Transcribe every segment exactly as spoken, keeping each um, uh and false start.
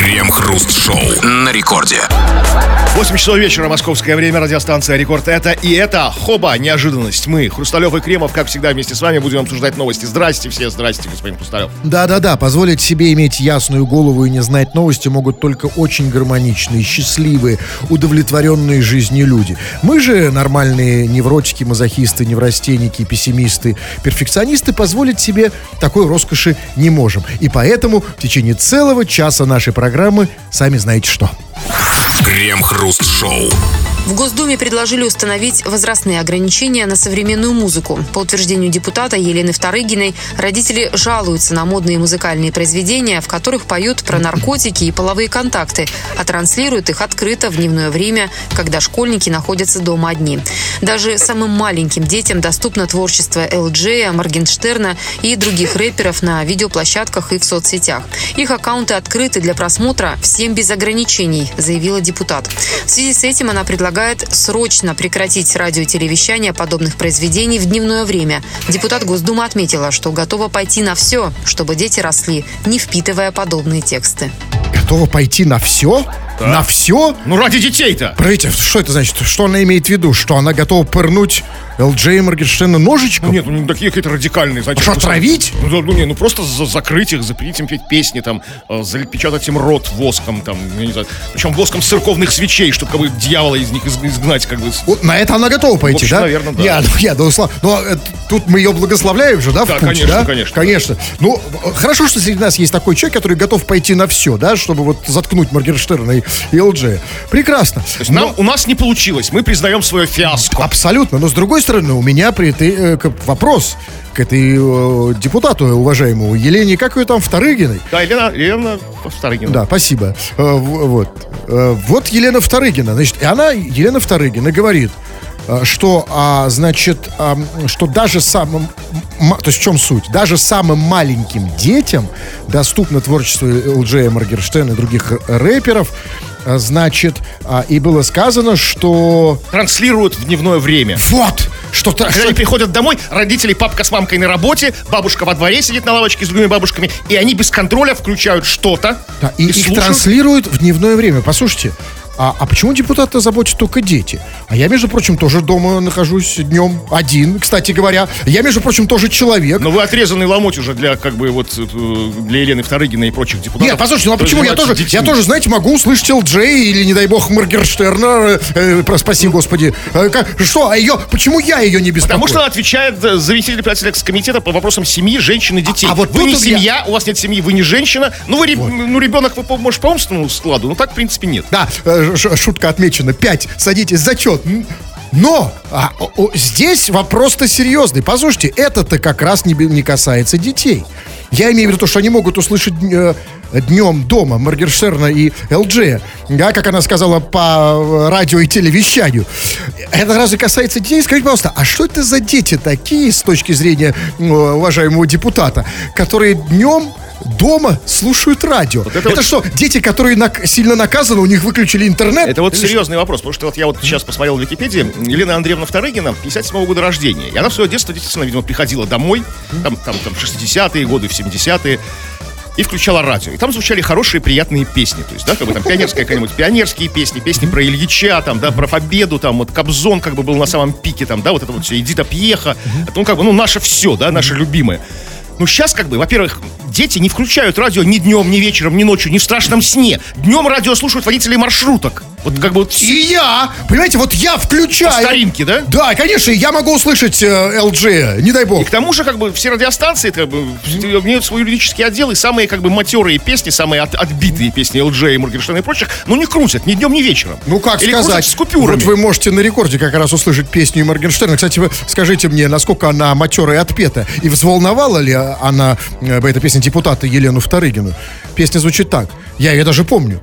Крем-хруст-шоу на рекорде. восемь часов вечера, московское время, радиостанция «Рекорд». Это и это хоба, неожиданность. Мы, Хрусталев и Кремов, как всегда, вместе с вами будем обсуждать новости. Здрасте все, здрасте, господин Хрусталев. Да-да-да, позволить себе иметь ясную голову и не знать новости могут только очень гармоничные, счастливые, удовлетворенные жизнью люди. Мы же, нормальные невротики, мазохисты, неврастенники, пессимисты, перфекционисты, позволить себе такой роскоши не можем. И поэтому в течение целого часа нашей программы сами знаете что. Крем-хруст-шоу. В Госдуме предложили установить возрастные ограничения на современную музыку. По утверждению депутата Елены Вторыгиной, родители жалуются на модные музыкальные произведения, в которых поют про наркотики и половые контакты, а транслируют их открыто в дневное время, когда школьники находятся дома одни. Даже самым маленьким детям доступно творчество эл джей, Моргенштерна и других рэперов на видеоплощадках и в соцсетях. Их аккаунты открыты для просмотра всем без ограничений, заявила депутат. В связи с этим она предлагает срочно прекратить радио и телевещание подобных произведений в дневное время. Депутат Госдумы отметила, что готова пойти на все, чтобы дети росли, не впитывая подобные тексты. Готова пойти на все? Да. На все? Ну, ради детей-то. Простите, что это значит? Что она имеет в виду? Что она готова пырнуть эл джей Моргенштерна ножичком? Ну, нет, ну такие какие-то радикальные, знаете. Что, отравить? Ну, ну, не, ну просто за- закрыть их, запретить им петь песни, там, э, запечатать им рот воском, там, я не знаю. Причем воском с церковных свечей, чтобы как бы дьявола из них из- изгнать, как бы. Вот на это она готова пойти, В общем, да? наверное, да. Я, ну, я, да, слав... Но э, тут мы ее благословляем же, да, в Да, путь, конечно, да? конечно. Конечно. Ну, э, хорошо, что среди нас есть такой человек, который готов пойти на все, да, чтобы вот заткнуть Моргенштерна и, и эл джей. Прекрасно. То есть нам, у нас не получилось, мы признаем свое фиаско. Абсолютно. Но с другой стороны, у меня при этой, э, к- вопрос к этой э, депутату уважаемому Елене, как ее там, Вторыгиной? Да, Елена, Елена Вторыгина. Да, спасибо. Э, в- вот. Э, вот Елена Вторыгина. Значит, и она, Елена Вторыгина, говорит, э, что, а, значит, а, что даже самым, м- то есть в чем суть? Даже самым маленьким детям доступно творчество эл джей, Моргенштерна и других рэперов. А, Значит, а, и было сказано, что... Транслируют в дневное время. Вот! Что-то... Когда что- они приходят домой, родители, папка с мамкой на работе, бабушка во дворе сидит на лавочке с другими бабушками, и они без контроля включают что-то. Да, и, их слушают. транслируют в дневное время. Послушайте, а, а почему депутата заботят только дети? А я, между прочим, тоже дома нахожусь днем один, кстати говоря. Я, между прочим, тоже человек. Но вы отрезанный ломоть уже для, как бы, вот, э, для Елены Вторыгиной и прочих депутатов. Нет, послушайте, ну а почему? Я Занимаются тоже, детьми. я тоже, знаете, могу услышать эл джей или, не дай бог, Моргенштерна. Э, про- спаси, Господи. Э, как- что, а ее, почему я ее не беспокою? Потому что она отвечает за заместитель председателя комитета по вопросам семьи, женщин и детей. А- а вот вы тут не вот я- семья, у вас нет семьи, вы не женщина. Ну, вы, реб- ну ребенок, вы, по- может, по умственному складу, но так, в принципе, нет. Да, э, ш- шутка отмечена. Пять. Садитесь, зачет. М, Но а, о- о, здесь вопрос-то серьезный. Послушайте, это-то как раз не, бе- не касается детей. Я имею в виду то, что они могут услышать э, днем дома Моргенштерна и эл джей, да, как она сказала по радио и телевещанию. Это разве касается детей? Скажите, пожалуйста, а что это за дети такие, с точки зрения э, уважаемого депутата, которые днем дома слушают радио? это это вот- что, дети, которые нак- сильно наказаны, у них выключили интернет? Это вот Или серьезный вопрос, потому что вот я вот сейчас посмотрел в Википедии, Елена Андреевна Вторыгина, пятьдесят седьмого года рождения, и она в свое детство, действительно, видимо, приходила домой, там, там, там в шестидесятые годы, в семидесятые, и включала радио. И там звучали хорошие, приятные песни. То есть, да, как бы там пионерская какая-нибудь, пионерские песни, песни про Ильича, там, да, про Победу, там, вот Кобзон как бы был на самом пике, там, да, вот это вот все, Эдита Пьеха, это, ну, как бы, ну, наше все, да, наше любимое. Ну, сейчас, как бы, во-первых, дети не включают радио ни днем, ни вечером, ни ночью, ни в страшном сне. Днем радио слушают водители маршруток. Вот как бы вот И я, понимаете, вот я включаю. по старинке, да? Да, конечно, я могу услышать э, эл джей, не дай бог. И к тому же, как бы, все радиостанции как бы, имеют свой юридический отдел, и самые, как бы, матерые песни, самые от- отбитые песни эл джей, Моргенштерна и прочих, ну, не крутят ни днем, ни вечером. Ну, как Или сказать, крутят с купюрами. вот вы можете на рекорде как раз услышать песню Моргенштерна. Кстати, вы скажите мне, насколько она матерая и отпета, и взволновала ли она, э, эта песня, депутата Елену Вторыгину? Песня звучит так, я ее даже помню.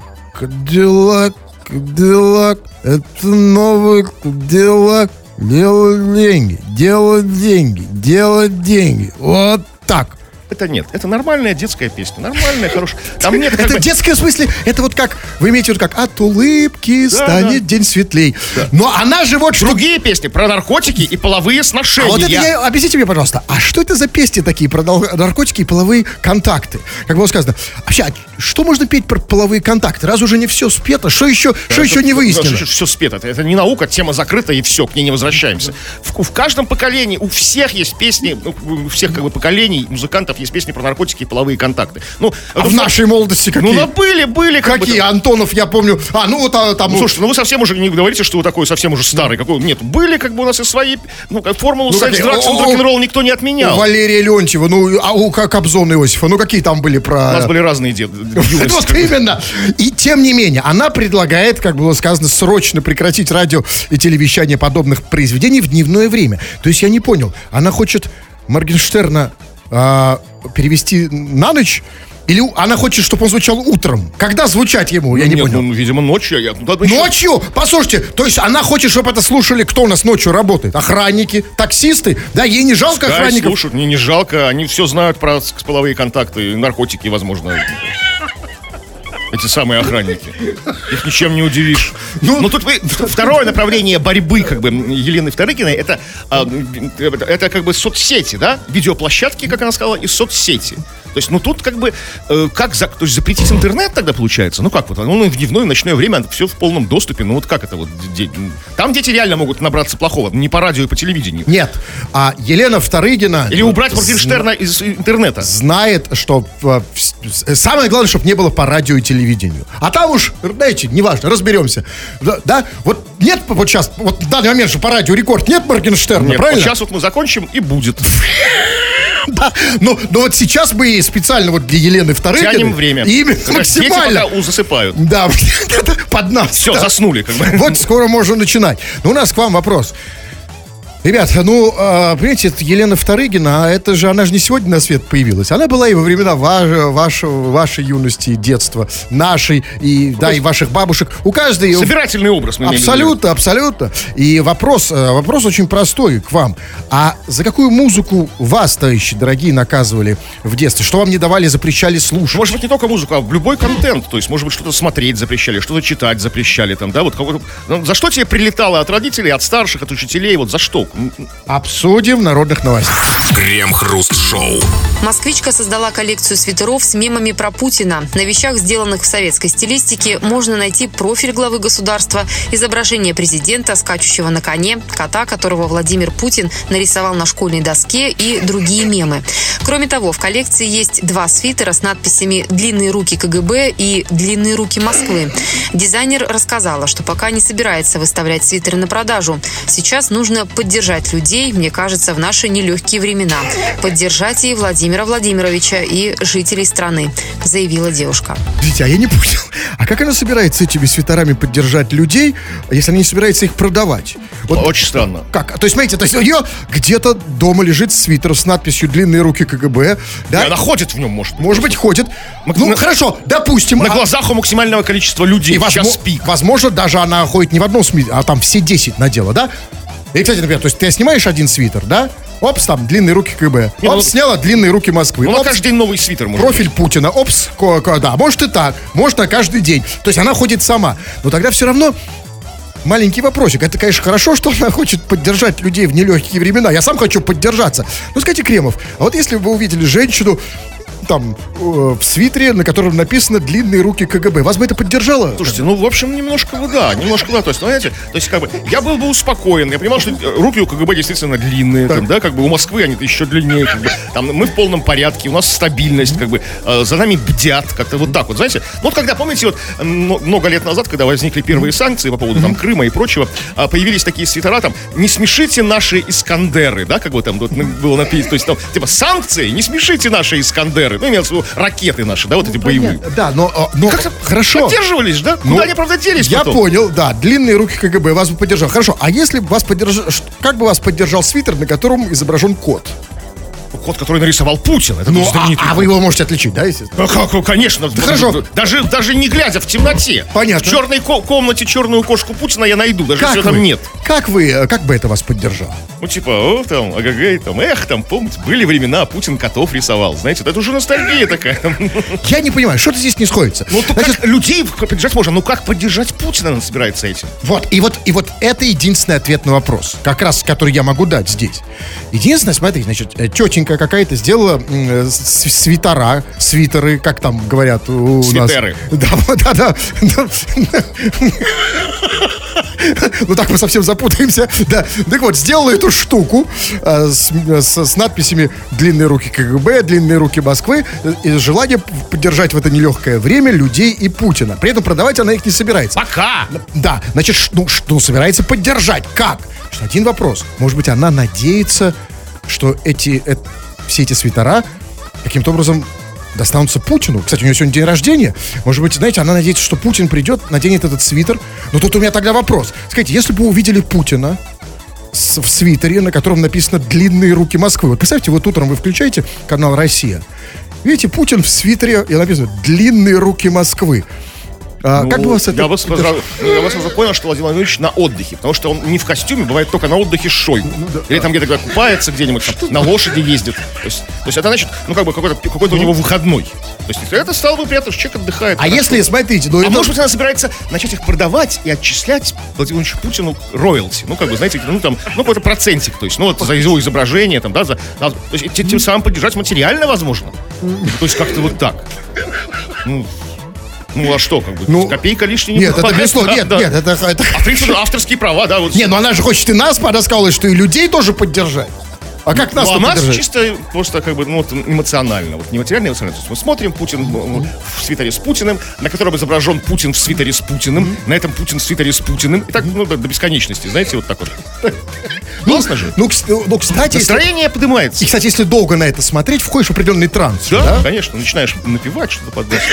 Кадиллак, Кадиллак, это новый Кадиллак, делать деньги, делать деньги, делать деньги. Вот так. это нет. Это нормальная детская песня. Нормальная, хорошая. Там нет как Это бы... детская в смысле, это вот как, вы имеете в виду, как от улыбки Да, станет да. день светлей. Но она же вот что... Другие песни про наркотики и половые сношения. А вот это я... Объясните мне, пожалуйста, а что это за песни такие про нал- наркотики и половые контакты? Как было сказано. Вообще, а что можно петь про половые контакты? Раз уже не все спето, что еще, что еще не выяснено? Все спето. Это, это не наука, тема закрыта, и все, к ней не возвращаемся. В, в каждом поколении, у всех есть песни, у всех как бы поколений музыкантов есть песни про наркотики и половые контакты. Ну, А это в нашей молодости какие? Ну, да, были, были. Как Какие? бы, там- Антонов, я помню. А, ну вот а, там... Ну, слушайте, ну вы совсем уже не говорите, что вы такой совсем уже старый. Какой? Нет, были как бы у нас и свои, ну, как формулу Ну, секс, какие? дракс, О, о, рок-н-ролл никто не У отменял. Валерия Леонтьева, ну, а у К- Кобзона Иосифа, ну какие там были про... У нас были разные дед. юности, Вот как бы. именно. И тем не менее, она предлагает, как было сказано, срочно прекратить радио и телевещание подобных произведений в дневное время. То есть я не понял, она хочет Моргенштерна а, перевести на ночь? Или она хочет, чтобы он звучал утром? Когда звучать ему? Я не Нет, понял. ну, видимо, ночью. Я, ну, еще- Ночью? Послушайте, то есть она хочет, чтобы это слушали, кто у нас ночью работает? Охранники, таксисты? Да, ей не жалко Пускай охранников? слушают, мне не жалко. Они все знают про с- половые контакты, наркотики, возможно. Эти самые охранники. Их ничем не удивишь. Ну, Но тут вы, второе направление борьбы как бы Елены Вторыгиной, это, а, это, это как бы соцсети, да? Видеоплощадки, как она сказала, и соцсети. То есть, ну тут как бы, э, как за, то есть запретить интернет тогда получается? Ну как вот, ну в дневное, в ночное время все в полном доступе, ну вот как это вот? Де- там дети реально могут набраться плохого, не по радио и по телевидению. Нет. А Елена Вторыгина... Или убрать зна- Моргенштерна из интернета. знает, что э, вс- самое главное, чтобы не было по радио и телевидению. А там уж, знаете, неважно, разберемся. Да, да? Вот нет вот сейчас, вот в данный момент же по радио Рекорд нет Моргенштерна, Нет, правильно? вот сейчас вот мы закончим и будет. Да, но, но вот сейчас мы специально вот для Елены Вторыгиной... Тянем время. Именно, Когда дети максимально. пока у- засыпают. Да, под нас. Все, да. заснули как бы. Вот скоро можно начинать. Но у нас к вам вопрос. Ребят, ну, э, понимаете, это Елена Вторыгина, а это же, она же не сегодня на свет появилась. Она была и во времена ва- вашего, вашей юности и детства, нашей, и, да, и ваших бабушек. У каждой... Собирательный образ. мы имеем в виду. Абсолютно, абсолютно. И вопрос, э, вопрос очень простой к вам. А за какую музыку вас, товарищи дорогие, наказывали в детстве? Что вам не давали, запрещали слушать? Может быть, не только музыку, а любой контент. То есть, может быть, что-то смотреть запрещали, что-то читать запрещали. Там, да, вот, кого- ну, за что тебе прилетало от родителей, от старших, от учителей? Вот за что? Обсудим в народных новостях. Крем-хруст-шоу. Москвичка создала коллекцию свитеров с мемами про Путина. На вещах, сделанных в советской стилистике, можно найти профиль главы государства, изображение президента, скачущего на коне, кота, которого Владимир Путин нарисовал на школьной доске, и другие мемы. Кроме того, в коллекции есть два свитера с надписями «Длинные руки КГБ» и «Длинные руки Москвы». Дизайнер рассказала, что пока не собирается выставлять свитеры на продажу. Сейчас нужно поддержать людей, мне кажется, в наши нелегкие времена. Поддержать и Владимира Владимировича, и жителей страны, заявила девушка. Подождите, а я не понял. А как она собирается этими свитерами поддержать людей, если она не собирается их продавать? Вот Очень странно. как? То есть, смотрите, то есть у нее где-то дома лежит свитер с надписью «Длинные руки КГБ». Да? И она ходит в нем, может. Может быть, ходит. Ну, на- хорошо, допустим. На а- глазах у максимального количества людей. И возможно, Сейчас пик. возможно, даже она ходит не в одном СМИ, а там все десять надела, да? И, кстати, например, то есть ты снимаешь один свитер, да? Опс, там, длинные руки КГБ. Не, ну- Опс, сняла длинные руки Москвы. Ну, на Опс, каждый день новый свитер, может профиль Путина. Опс, ко- ко- да, может и так. Может на каждый день. То есть она ходит сама. Но тогда все равно маленький вопросик. Это, конечно, хорошо, что она хочет поддержать людей в нелегкие времена. Я сам хочу поддержаться. Ну, скажите, Кремов, а вот если бы вы увидели женщину там э, в свитере, на котором написано «Длинные руки КГБ», вас бы это поддержало? Слушайте, ну, в общем, немножко, ну, да, немножко, да, то есть, ну, знаете, то есть, как бы, я был бы успокоен, я понимал, что руки у КГБ действительно длинные, там, да, как бы, у Москвы они еще длиннее, как бы, там, мы в полном порядке, у нас стабильность, как бы, э, за нами бдят, как-то вот так вот, знаете, ну, вот когда, помните, вот, м, много лет назад, когда возникли первые санкции по поводу, там, Крыма и прочего, а, появились такие свитера, там, не смешите наши Искандеры, да, как бы, там, вот, было написано, то есть, там, типа, санкции, не смешите наши Искандеры, ну, имелось в виду ракеты наши, да, вот эти боевые. Да, но, э, но Как-то хорошо. Поддерживались, да? Куда Ну, они, правда, делись Я потом? понял, да, длинные руки КГБ вас бы поддержал. Хорошо, а если бы вас поддержал, ш- как бы вас поддержал свитер, на котором изображен кот? кот, который нарисовал Путин. Это Ну, тоже а, знаменитый а кот. вы его можете отличить, да, естественно? Ну, как, ну, конечно. хорошо. Даже, даже не глядя в темноте. Понятно. В черной ко- комнате черную кошку Путина я найду, даже Как если вы, там нет. как вы, э, как бы это вас поддержало? Ну, типа, о, там, ага, там, эх, там, помните, были времена, Путин котов рисовал. Знаете, это уже ностальгия такая. Я не понимаю, что-то здесь не сходится. Ну, то Значит, как людей поддержать можно, ну как поддержать Путина он собирается этим? Вот, и вот, и вот это единственный ответ на вопрос, как раз, который я могу дать здесь. Единственное, смотрите, значит, э, тетенька какая-то сделала м, э, с- свитера, свитеры, как там говорят у Свитеры. нас. Да, вот, да, да. Ну так мы совсем запутаемся. Да. Так вот, сделала эту штуку э, с, с- с надписями «Длинные руки КГБ», «Длинные руки Москвы» э, и желание поддержать в это нелегкое время людей и Путина. При этом продавать она их не собирается. Пока! Да, значит, ш- ну, ш- ну, собирается поддержать. Как? Что один вопрос. Может быть, она надеется, что эти, э, все эти свитера каким-то образом достанутся Путину. Кстати, у нее сегодня день рождения. Может быть, знаете, она надеется, что Путин придет, наденет этот свитер. Но тут у меня тогда вопрос. Скажите, если бы вы увидели Путина с- в свитере, на котором написано «Длинные руки Москвы». Вот представьте, вот утром вы включаете канал «Россия». Видите, Путин в свитере, и написано «Длинные руки Москвы». А, Ну, как бы вас это... Я вас, сразу- я вас сразу понял, что Владимир Владимирович на отдыхе, потому что он не в костюме, бывает только на отдыхе с Шойгу. Или там где-то купается где-нибудь, там, на лошади ездит. То есть, то есть это значит, ну как бы какой-то, какой-то у него выходной. То есть это стало бы приятно, что человек отдыхает. А хорошо. если, смотрите, ну, А это- может быть, она собирается начать их продавать и отчислять Владимиру Владимировичу Путину роялти. Ну, как бы, знаете, ну, там, ну, какой-то процентик, то есть, ну, вот за его изображение, там, да, за, за- то есть, тем, тем самым поддержать материально возможно. То есть, как-то вот так. Ну, ну, а что, как бы, Ну, копейка лишней не Нет, это бывает. безусловно, Да, нет, да. нет, это... это... Авторские, авторские права, да, вот. Не, ну она же хочет и нас, она сказала, что и людей тоже поддержать. А как нас Ну, а нас поддержать? чисто просто как бы ну, вот, эмоционально, вот не материально, эмоционально. То есть мы смотрим Путин ну, в свитере с Путиным, на котором изображен Путин в свитере с Путиным, на этом Путин в свитере с Путиным, и так ну, до, до бесконечности, знаете, вот так вот. Классно же. Ну, кс- ну, кстати, если... Настроение поднимается. И, кстати, если долго на это смотреть, входишь в определенный транс. Да, конечно, начинаешь напевать что-то под это.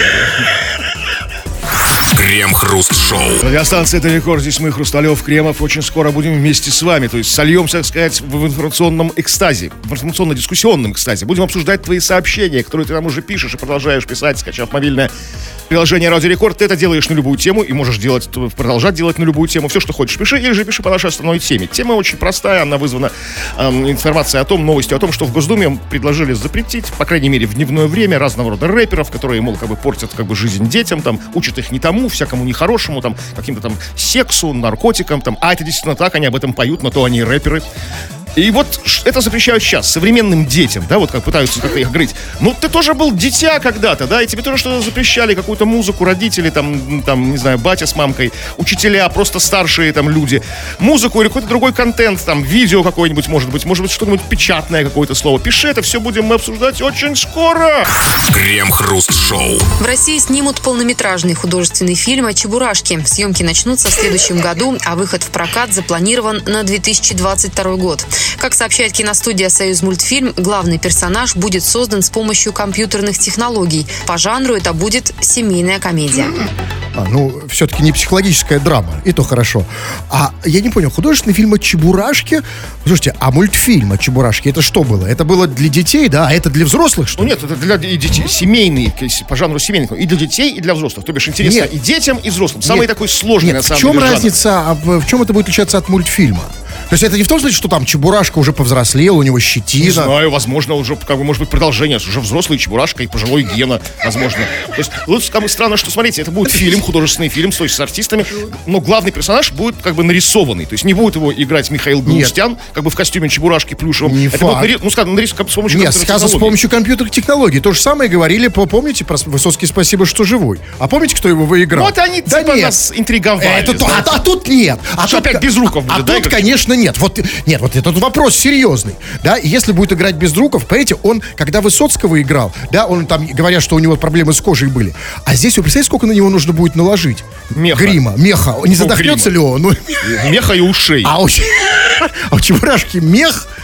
Крем-хруст-шоу. Радиостанция «Это рекорд». Здесь мы, Хрусталев, Кремов. Очень скоро будем вместе с вами. То есть сольемся, так сказать, в информационном экстазе. В информационно-дискуссионном экстазе. Будем обсуждать твои сообщения, которые ты нам уже пишешь и продолжаешь писать, скачав мобильное приложение «Радио Рекорд». Ты это делаешь на любую тему и можешь делать, продолжать делать на любую тему. Все, что хочешь, пиши. Или же пиши по нашей основной теме. Тема очень простая. Она вызвана эм, информацией о том, новостью о том, что в Госдуме предложили запретить, по крайней мере, в дневное время разного рода рэперов, которые, мол, как бы портят как бы жизнь детям, там, учат их не тому, всякому нехорошему, там, каким-то там сексу, наркотикам, там. А это действительно так, они об этом поют, но то они и рэперы. И вот ш- это запрещают сейчас современным детям, да, вот как пытаются как-то их говорить. Ну, ты тоже был дитя когда-то, да, и тебе тоже что-то запрещали, какую-то музыку, родители, там, там, не знаю, батя с мамкой, учителя, просто старшие там люди, музыку или какой-то другой контент, там, видео какое-нибудь, может быть, может быть, что-нибудь печатное какое-то слово. Пиши это, все будем мы обсуждать очень скоро. Крем-хруст-шоу. В России снимут полнометражный художественный фильм о Чебурашке. Съемки начнутся в следующем году, а выход в прокат запланирован на две тысячи двадцать второй год. Как сообщает киностудия «Союзмультфильм», главный персонаж будет создан с помощью компьютерных технологий. По жанру это будет семейная комедия. А, ну, все-таки не психологическая драма, и то хорошо. А я не понял, художественный фильм о Чебурашке? Слушайте, а мультфильм о Чебурашке, это что было? Это было для детей, да? А это для взрослых, что Ну ли? нет, это для и детей, семейный, по жанру семейный, и для детей, и для взрослых. То бишь интересно Нет. и детям, и взрослым. Самый Нет. такой сложный, Нет, на в самом чем деле, жанр. разница, а в, в чем это будет отличаться от мультфильма? То есть это не в том смысле, что там Чебурашка уже повзрослел, у него Не щетина. знаю, возможно, уже, как бы, может быть, продолжение. Уже взрослый Чебурашка и пожилой Гена, возможно. То есть, вот, как бы, странно, что, смотрите, это будет фильм, художественный фильм, то есть с артистами, но главный персонаж будет, как бы, нарисованный. То есть не будет его играть Михаил Галустян, как бы в костюме Чебурашки плюшевом. Не это факт. будет, нари- ну, скажем, нарисован с помощью Нет, компьютерных сказано с технологий. помощью компьютерных технологий. То же самое говорили, по, помните, про Высоцкий «Спасибо, что живой». А помните, кто его выиграл? Вот они, да типа, нет. нас интриговали. Это, то- знаете. а, а тут нет. А Что, тут, опять Безруков а, будет, а да, тут, играть? конечно, нет. Вот, нет, вот этот вопрос серьезный. Да, и если будет играть Безруков, понимаете, он, когда Высоцкого играл, да, он там, говорят, что у него проблемы с кожей были. А здесь, вы представляете, сколько на него нужно будет наложить? Меха. Грима, меха. Не задохнется грима? ли он? Ну, Меха и ушей. а у, а у Чебурашки мех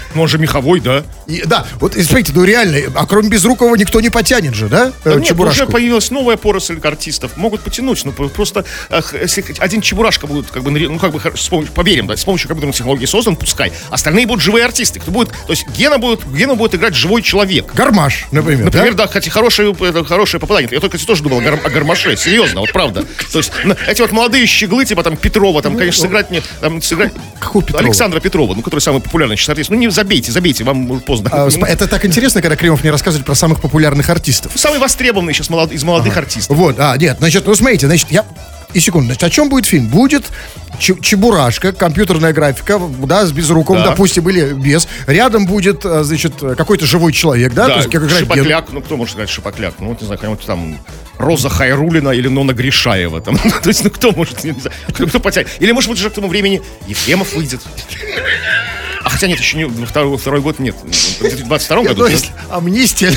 Ну, он же меховой, да? И, да, вот, и, смотрите, ну реально, а кроме Безрукова никто не потянет же, да? Да э, нет, Чебурашку? уже появилась новая поросль артистов. Могут потянуть, ну просто эх, если один Чебурашка будет, как бы, ну как бы, с помощью, поверим, да, с помощью компьютерной технологии создан, пускай. Остальные будут живые артисты. Кто будет, то есть Гена будет, Гена будет играть живой человек. Гармаш, например, Например, да? да, кстати, хорошее, это, хорошее попадание. Я только, кстати, тоже думал о, гар, о Гармаше, серьезно, вот правда. То есть ну, эти вот молодые щеглы, типа там Петрова, там, конечно, сыграть мне, там, сыграть... Какого Петрова? Александра Петрова, ну, который самый популярный сейчас артист. Ну, не забейте, забейте, вам уже поздно. А, сп- это так интересно, когда Кремов мне рассказывает про самых популярных артистов. Самый востребованный сейчас молод, из молодых ага. артистов. Вот, а, нет, значит, ну смотрите, значит, я... И секунду, значит, о чем будет фильм? Будет Ч- Чебурашка, компьютерная графика, да, с Безруковым, Да. допустим, или без. Рядом будет, а, значит, какой-то живой человек, да? Да, То есть, как играет Ген. Шипокляк, ну кто может сказать Шипокляк? Ну, вот, не знаю, какая-нибудь там Роза Хайрулина или Нона Гришаева. Там. То есть, ну кто может, не знаю, кто, кто потянет? Или, может быть, уже к тому времени Ефремов выйдет. А хотя нет, еще не, второй, второй год нет. В двадцать втором году. Ну, если амнистия,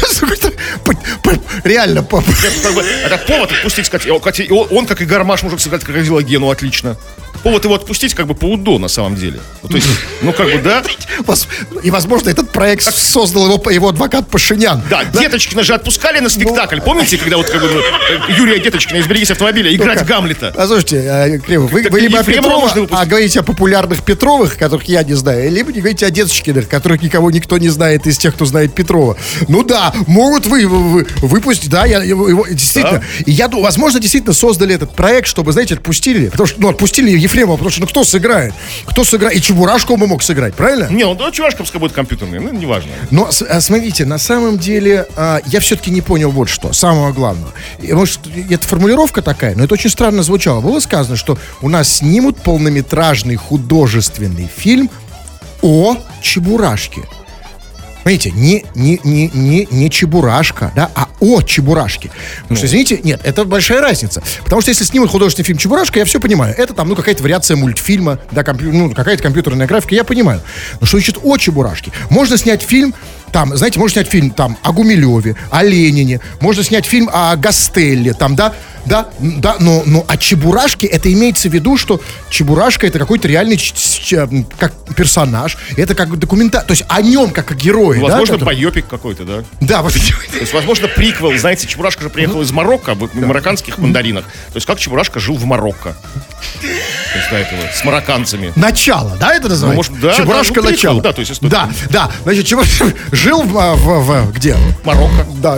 реально, по- Это повод отпустить, сказать, он, кстати, он, он, как и Гармаш, может сыграть крокодила Гену отлично. Повод его отпустить, как бы по УДО, на самом деле. Ну, то есть, ну, как бы, да. Вос- И, возможно, этот проект создал его, его адвокат Пашинян. Да, Деточкина же отпускали на спектакль. Помните, когда вот как бы, ну, Юрия Деточкина из «Берегись автомобиля» играть Гамлета? А слушайте, а, Кремов, вы, Так вы и либо о Ефремова Петровых, можно выпустить. а говорите о популярных Петровых, которых я не знаю, либо не говорите о Деточкиных, которых никого никто не знает из тех, кто знает Петрова. Ну да, могут вы, вы- выпустить, да, я, его, его- действительно. Да. И я думаю, возможно, действительно создали этот проект, чтобы, знаете, отпустили, потому что, ну, отпустили Ефремова, потому что, ну, кто сыграет? Кто сыграет? И Чебурашку он бы мог сыграть, правильно? Не, ну, да, чувашка пускай будет компьютерный, ну, неважно. Но с- а, смотрите, на самом деле а, я все-таки не понял вот что, самого главного. И, может, это формулировка такая, но это очень странно звучало. Было сказано, что у нас снимут полнометражный художественный фильм о Чебурашке. Понимаете, не, не, не, не, не Чебурашка, да, а о Чебурашке. Потому что, извините, нет, это большая разница. Потому что если снимут художественный фильм Чебурашка, я все понимаю. Это там, ну, какая-то вариация мультфильма, да, компью- ну, какая-то компьютерная графика, я понимаю. Но что значит о Чебурашке? Можно снять фильм, там, знаете, можно снять фильм там о Гумилеве, о Ленине, можно снять фильм о Гастелле, там, да, да, да, но, но о Чебурашке это имеется в виду, что Чебурашка это какой-то реальный ч- ч- как персонаж, это как документальный, то есть о нем как о герое, Ну, да, возможно, который- байопик какой-то, да? да, вот, То есть, возможно, приквел. Знаете, Чебурашка же приехал из Марокко, в марокканских мандаринах. То есть, как Чебурашка жил в Марокко. То есть, до этого, с марокканцами. начало, да, это называется? Ну, может, да, Чебурашка да, ну, начало. прикол, да, то есть, история. да, да, значит, Чебурашка жил в, в- в- в- где? Марокко. Да.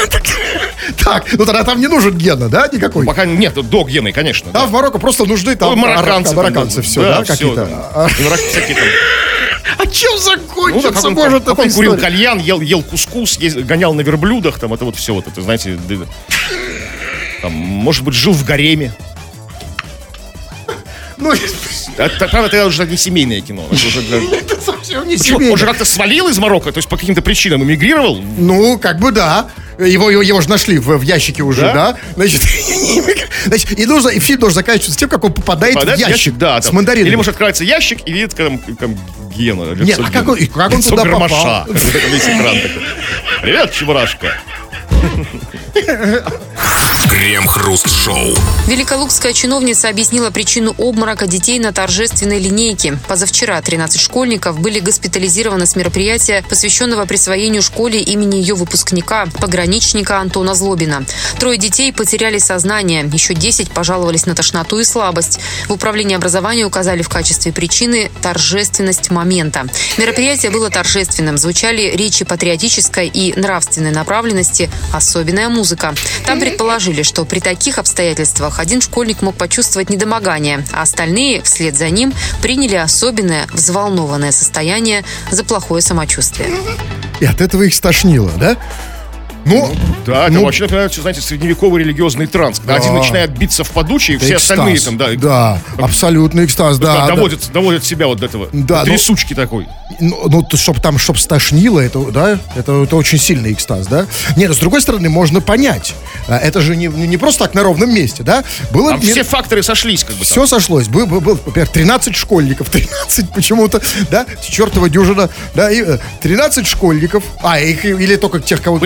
Так, ну тогда там не нужен Гена, да, никакой? Пока нет, до Гены, конечно. А в Марокко просто нужны там Ну, марокканцы. ара- марокканцы, там, все, да, да, всё, какие-то. там. А, И марок- всякие там. а чем Ну, да, закончится, как он, может, как эта он курил история? кальян, ел, ел кускус, ез- гонял на верблюдах, там, это вот все вот это, знаете, д- там, может быть, жил в гареме. Ну, Это, правда, это уже не семейное кино. Это уже для- это совсем не Почему? Он семейно. же как-то свалил из Марокко, то есть по каким-то причинам эмигрировал. Ну, как бы да. Его, его, его же нашли в, в ящике уже, Да? да? Значит, значит, и, нужно, и фильм должен заканчиваться тем, как он попадает Попадает в ящик, да, с там. мандарином. Или может открывается ящик и видит там, там Гена. лицо Нет, а Гены. как он- и как он Лицо туда Гармаша. попал? Весь экран такой. Привет, Чебурашка. Крем-хруст-шоу. Великолукская чиновница объяснила причину обморока детей на торжественной линейке. Позавчера тринадцать школьников были госпитализированы с мероприятия, посвященного присвоению школе имени ее выпускника, пограничника Антона Злобина. Трое детей потеряли сознание, еще десять пожаловались на тошноту и слабость. В управлении образования указали в качестве причины торжественность момента. Мероприятие было торжественным, звучали речи патриотической и нравственной направленности, особенная музыка. Там предположили, что при таких обстоятельствах один школьник мог почувствовать недомогание, а остальные, вслед за ним, приняли особенное взволнованное состояние за плохое самочувствие. И от этого их стошнило, да? Ну, Да, это ну, вообще напоминает, знаете, средневековый религиозный транс. Когда Да. один начинает биться в подучие, все экстаз. остальные там, да, Да, абсолютный экстаз, да. да, да. доводят, доводят себя вот до этого. Да, до ну- трясучки такой. Ну, ну чтобы там, чтоб стошнило, это, да, это, это очень сильный экстаз, да? Нет, но с другой стороны, можно понять. А, Это же не, не просто так на ровном месте, да? Было Там мер- все факторы сошлись, как бы. там. Все сошлось. Был, был, был, например, тринадцать школьников, тринадцать почему-то, да, чертова дюжина, да, и э, тринадцать школьников, а, их или только тех, кого Были госпитализировали.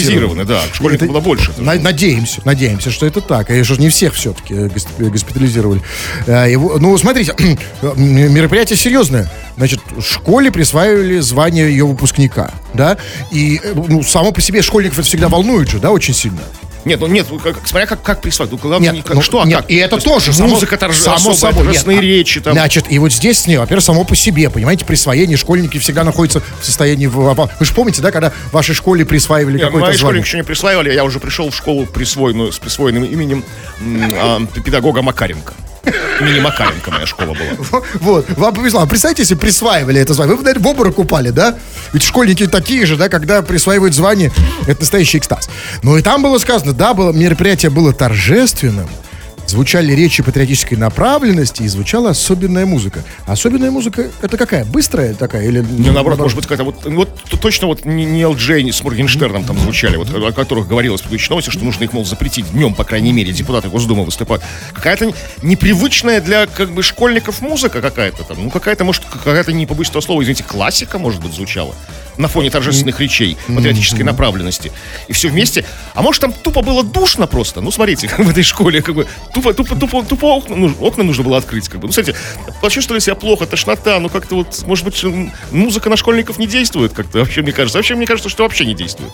госпитализированы, да. Школьников Это- было больше. На- надеемся, надеемся, что это так. И что ж не всех все-таки госп- госпитализировали. А, его- ну, смотрите, мероприятие серьезное. Значит, школе присваивали звание ее выпускника, да? И, э, ну, само по себе школьников это всегда волнует же, да, очень сильно. Нет, ну нет, ну, как, смотря как, как присваивать. Ну, главное, Нет, не как, ну, что, а нет, как. и это То есть тоже само- музыка, торж... само особая, собой. торжественные Нет, а- речи там. Значит, и вот здесь, не, во-первых, само по себе, понимаете, присвоение школьники всегда находятся в состоянии... в- в- Вы же помните, да, когда в вашей школе присваивали Нет, какое-то мои звание? школьники еще не присваивали, я уже пришел в школу присвоенную, с присвоенным именем м, а, педагога Макаренко. Имени Макаренко моя школа была. Вот, вам повезло. А представьте, если присваивали это звание. Вы бы, наверное, в обморок упали, да? Ведь школьники такие же, да, когда присваивают звание, это настоящий экстаз. Ну и там было сказано, да, было, мероприятие было торжественным, звучали речи патриотической направленности и звучала особенная музыка. Особенная музыка, это какая? Быстрая такая? Или... Не, наоборот, может быть, какая-то вот, вот т- точно вот не, не эл джей, не с Моргенштерном там звучали, вот, о которых говорилось в предыдущей новости, что нужно их, мол, запретить днем, по крайней мере, депутаты Госдумы выступают. Какая-то не- непривычная для, как бы, школьников музыка какая-то там, ну, какая-то, может, какая-то, не побоюсь этого слова, извините, классика, может быть, звучала на фоне торжественных речей, патриотической направленности. И все вместе. А может, там тупо было душно просто? Ну, смотрите, в этой школе, как бы, тупо, тупо, тупо, тупо окна, ну, окна нужно было открыть, как бы. Ну, смотрите, почувствовали себя плохо, тошнота, ну, как-то вот, может быть, м, музыка на школьников не действует как-то, вообще, мне кажется. Вообще, мне кажется, что вообще не действует.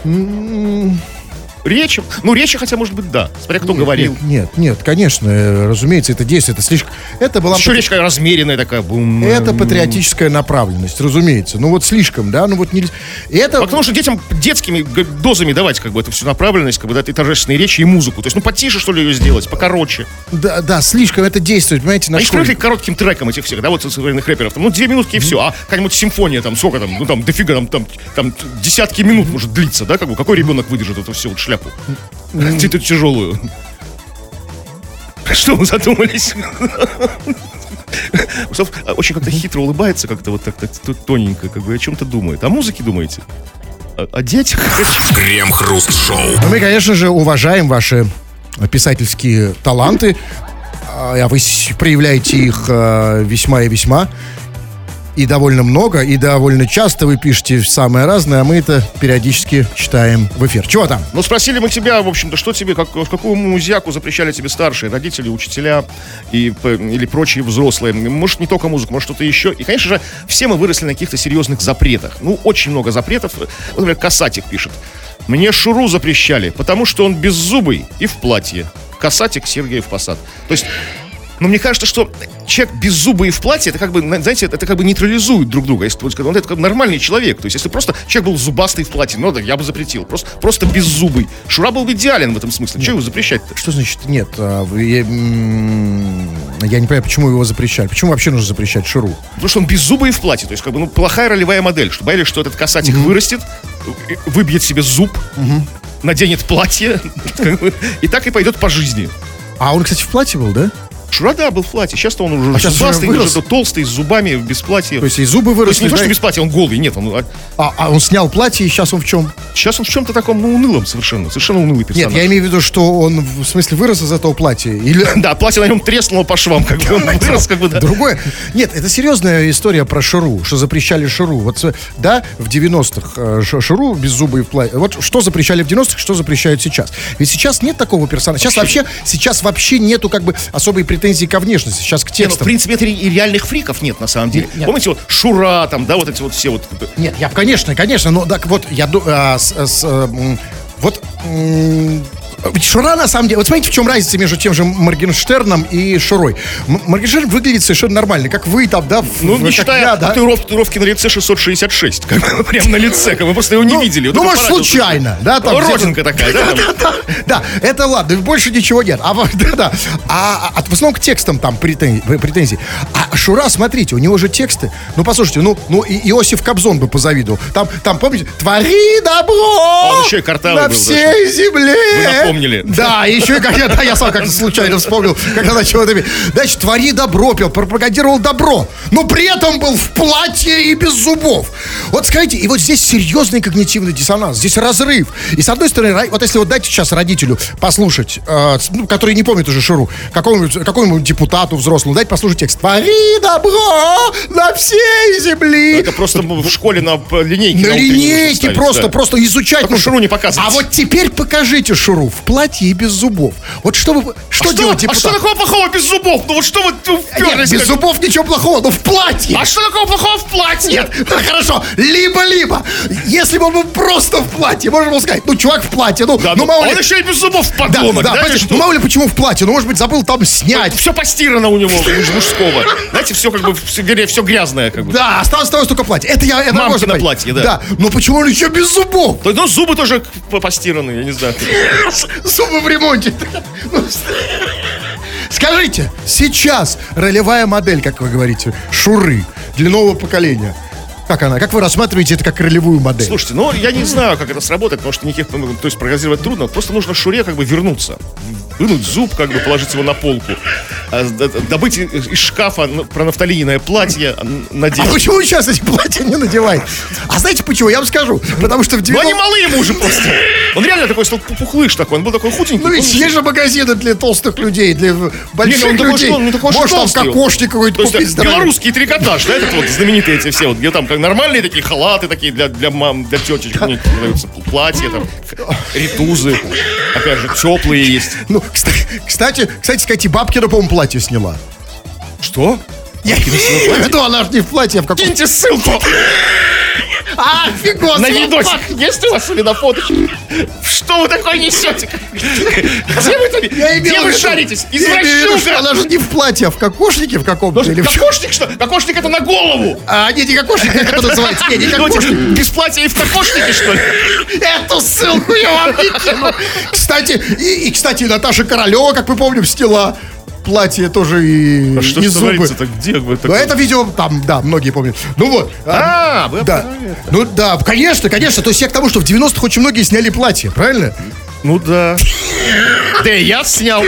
Речи, ну, речи, хотя, может быть, да, смотря кто Нет, говорил. Нет, нет, нет, конечно, э, разумеется, это действие, это слишком... Это была... Еще патри- речь такая размеренная такая, бум. Это патриотическая направленность, разумеется. Ну вот слишком, да, ну вот нельзя... Это... Потому что детям детскими г- дозами давать как бы эту всю направленность, как бы дать и торжественные речи, и музыку. То есть, ну, потише, что ли, ее сделать, покороче. Да, да, слишком это действует, понимаете, на Они школе. привыкли к коротким трекам этих всех, да, вот современных рэперов. Там, ну, две минутки и все. А какая-нибудь симфония, там, сколько там, ну, там, дофига, там, там, там десятки минут может длиться, да, как бы. Какой ребенок выдержит эту всю вот шляпу? Эту тяжелую. Что вы задумались? Устав очень как-то хитро улыбается, как-то вот так-то тоненько, как бы о чем-то думает. О музыке думаете? О, о детях? Крем-хруст-шоу. Но мы, конечно же, уважаем ваши писательские таланты, а вы с- проявляете их э, весьма и весьма. И довольно много, и довольно часто вы пишете самое разное, а мы это периодически читаем в эфир. Чего там? Ну, спросили мы тебя, в общем-то, что тебе, как, какую музяку запрещали тебе старшие, родители, учителя и, п- или прочие взрослые. Может, не только музыку, может, что-то еще. И, конечно же, все мы выросли на каких-то серьезных запретах. Ну, очень много запретов. Вот, например, Касатик пишет. Мне Шуру запрещали, потому что он беззубый и в платье. Касатик, Сергеев Посад. То есть... Но мне кажется, что человек беззубый и в платье, это как бы, знаете, это как бы нейтрализует друг друга. Если вот, он это как бы нормальный человек. То есть, если просто человек был зубастый в платье, ну, да, я бы запретил. Просто, просто беззубый. Шура был бы идеален в этом смысле. Чего его запрещать-то? Что значит нет? а, вы- Я, м, я не понимаю, почему его запрещали. Почему вообще нужно запрещать Шуру? Потому что он беззубый и в платье. То есть, как бы, ну, плохая ролевая модель. Что боялись, что этот касатик вырастет, и выбьет себе зуб, наденет платье, как бы, и так и пойдет по жизни. А он, кстати, в платье был, да? Шура, да, был в платье. Сейчас-то он уже А сейчас зубастый, уже вырос? уже толстый, с зубами, без платья. То есть и зубы То есть выросли, не то, что да? без платья, он голый. Нет, он, а, а, а он снял платье, и сейчас он в чем? сейчас он в чем-то таком, ну, унылом совершенно. Совершенно унылый персонаж. Нет, я имею в виду, что он, в смысле, вырос из этого платья. Или... Да, платье на нем треснуло по швам, как бы он вырос, как бы, да. Другое. Нет, это серьезная история про Шуру, что запрещали Шуру. Вот, с- да, в девяностых э, Ш- Шуру беззубый в платье. Вот что запрещали в девяностых, что запрещают сейчас. Ведь сейчас нет такого персонажа. Сейчас вообще, сейчас вообще нету как бы особой претензии ко внешности. Сейчас к Не, ну, в текстам. принципе, это и реальных фриков нет, на самом деле. Нет. Помните, вот Шура, там, да, вот эти вот все вот... Нет, я, конечно, конечно, но так вот, я ду- а, с- с, э, м, вот м, ведь Шура, на самом деле, вот смотрите, в чем разница между тем же Моргенштерном и Шурой. М- Моргенштерн выглядит совершенно нормально, как вы там, да, в- Ну, как не считая я, да. татуировки, татуировки на лице шестьсот шестьдесят шесть, как бы, прям на лице, как бы, мы просто его не Ну, видели. Вот ну, это может, по радио случайно, слышали. да, там Ну, где-то- родинка такая, да, там. Да, это ладно, больше ничего нет. А, вот, да, да. а, а в основном к текстам там претензии, претензии. А Шура, смотрите, у него же тексты. Ну, послушайте, ну, ну и Иосиф Кобзон бы позавидовал. Там, там, помните, твори добро Он еще и картавый на был, всей земле. Вы вспомнили. Да, и еще, как я, да, я сам как-то случайно вспомнил, когда начал это... Значит, твори добро, пел, пропагандировал добро, но при этом был в платье и без зубов. Вот скажите, и вот здесь серьезный когнитивный диссонанс, здесь разрыв. И с одной стороны, вот если вот дайте сейчас родителю послушать, э, ну, который не помнит уже Шуру, какому-нибудь, какому-нибудь депутату взрослому, дайте послушать текст. Твори добро на всей земле. Это просто в школе на линейке. На, на линейке ставить, просто, да. просто изучать. Только Шуру не показывайте. А вот теперь покажите Шуру в платье и без зубов. Вот что вы, что а делать что, депутат? А что такого плохого без зубов? Ну вот что вы уперлись? Нет, без зубов ничего плохого, но в платье. А что такого плохого в платье? Нет, ну, хорошо, либо-либо. Если бы он был просто в платье, можно было сказать, ну, чувак в платье, ну, да, ну, ну мало он ли... еще и без зубов Да, подонок, да, да, понимаете, ну, мало ли почему в платье, ну, может быть, забыл там снять. Все постирано у него, мужского. Знаете, все как бы, все, все грязное, как бы. Да, осталось, осталось только платье. Это я, это Мамки можно на понять. платье, да. Да, но почему он еще без зубов? То, ну, зубы тоже постираны, я не знаю. Зубы в ремонте. Скажите, сейчас ролевая модель, как вы говорите, Шуры для нового поколения. Как она? Как вы рассматриваете это как ролевую модель? Слушайте, ну я не знаю, как это сработает, потому что никаких, ну, то есть прогнозировать трудно. Просто нужно Шуре как бы вернуться. Вынуть зуб, как бы положить его на полку. А, добыть из шкафа пронафталининое платье, надеть. А почему сейчас эти платья не надевает? А знаете почему? Я вам скажу. Потому что в девяностых... Ну они малые ему уже просто. Он реально такой стал пухлыш такой. Он был такой худенький. Ну ведь есть же магазины для толстых людей, для больших не, ну, людей. Такой, ну, такой, может там кокошник какой-то то есть, купить. белорусский трикотаж, да, этот вот знаменитые эти все, вот, где там как нормальные такие халаты такие для, для мам, для тетечек, у них продаются платья, там, ритузы, опять же, теплые есть. Ну, кстати, кстати, кстати сказать, и Бабкина, по-моему, платье сняла. Что? Я имею в виду, она же не в платье, а в каком... Киньте ссылку! А, фига на видосик. Есть у вас или на фоточке? Что вы такое несете? Где вы там? Где вы шаритесь? Извращенка! Она же не в платье, а в кокошнике в каком-то. Кокошник что? Кокошник это на голову! А, не, не кокошник, как это называется? Не, не кокошник. Без платья и в кокошнике, что ли? Эту ссылку я вам не кину. Кстати, и, и, кстати, Наташа Королева, как мы помним, сняла платье тоже и, а что и ж зубы. творится-то? Где вы такое? Но это видео там, да, многие помнят. Ну вот. А, вы да. Ну да, конечно, конечно. То есть я к тому, что в девяностых очень многие сняли платье, правильно? Ну да. Да и я снял.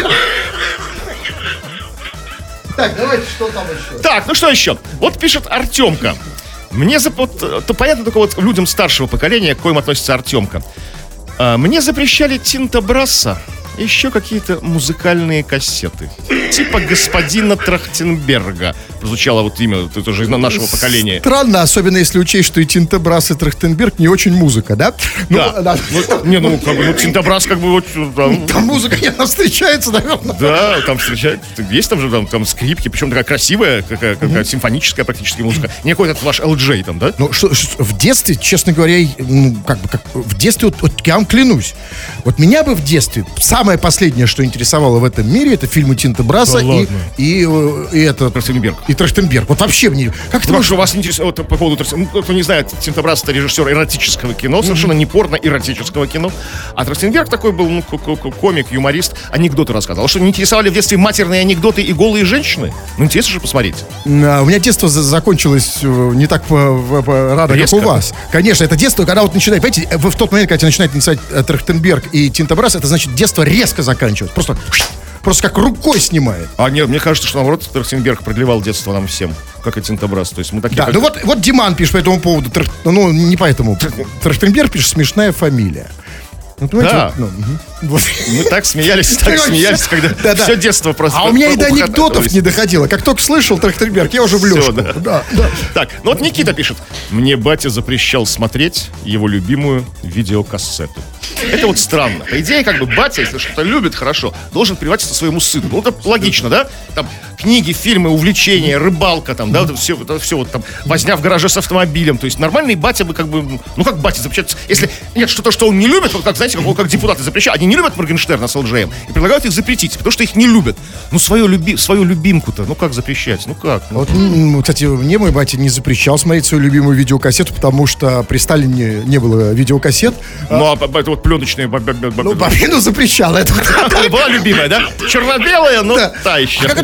Так, давайте, что там еще? Так, ну что еще? Вот пишет Артемка. Мне за... вот, то понятно только вот людям старшего поколения, к коим относится Артемка. А, мне запрещали Тинто Брасса, еще какие-то музыкальные кассеты. Типа господина Трахтенберга. Прозвучало вот имя, это уже из нашего поколения. Странно, особенно если учесть, что и Тинто Брасс, и Трахтенберг не очень музыка, да? Да. Ну, да. Ну, не, ну, как бы, ну, Тинто Брасс, как бы, вот там... Там музыка не встречается, наверное. Да, там встречается. Есть там же там, там скрипки, причем такая красивая, какая, какая mm-hmm. симфоническая практически музыка. Не какой-то ваш эл джей там, да? Ну, что, что, в детстве, честно говоря, ну, как бы, как, в детстве, вот, вот я вам клянусь, вот меня бы в детстве, самое последнее, что интересовало в этом мире, это фильмы Тинто Брасса да и, и, и, и это... Трахтенберг. И Трахтенберг. Вот вообще мне... Как это ну, может... что вас интересует вот, по поводу... Ну, кто не знает, Тинто Брасс — это режиссер эротического кино, mm-hmm. совершенно не порно-эротического кино. А Трахтенберг такой был, ну, комик, юморист, анекдоты рассказывал. Что, не интересовали в детстве матерные анекдоты и голые женщины? Ну, интересно же посмотреть. А, у меня детство за- закончилось не так по- по- рано, Резко. как у вас. Конечно, это детство, когда вот начинает, понимаете, в тот момент, когда тебя начинает написать Трахтенберг и Тинто Брасс, это значит, детство резко заканчивается. Просто... Просто как рукой снимает. А нет, мне кажется, что наоборот Трахтенберг продлевал детство нам всем, как и Тинто Брасс. То есть мы такие. Да, как... ну вот, вот Диман пишет по этому поводу. Трах... Ну, не по этому. Трахтенберг пишет, смешная фамилия. Ну, да. Вот, ну, вот. Мы так смеялись, так смеялись, когда да, да. все детство просто. А у меня и до анекдотов не доходило. Как только слышал Трахтенберг, я уже в лёжку. Да. Да, да. Так, ну вот Никита пишет. Мне батя запрещал смотреть его любимую видеокассету. Это вот странно. По идее, как бы батя, если что-то любит хорошо, должен прививать это своему сыну. Ну, это логично, да? Там книги, фильмы, увлечения, рыбалка, там, да, вот все, это все вот там, возня в гараже с автомобилем. То есть нормальный батя бы как бы, ну как батя запрещает, если нет что-то, что он не любит, вот как, знаете, как, как депутаты запрещают, они не любят Моргенштерна с эл джей эм и предлагают их запретить, потому что их не любят. Ну свою, люби, свою любимку-то, ну как запрещать, ну как? Ну. Вот, м, кстати, мне мой батя не запрещал смотреть свою любимую видеокассету, потому что при Сталине не было видеокассет. Ну а это вот пленочные... Ну, Бабину запрещал это. Была любимая, да? Черно-белая, но Да. та еще. А как думаете, что это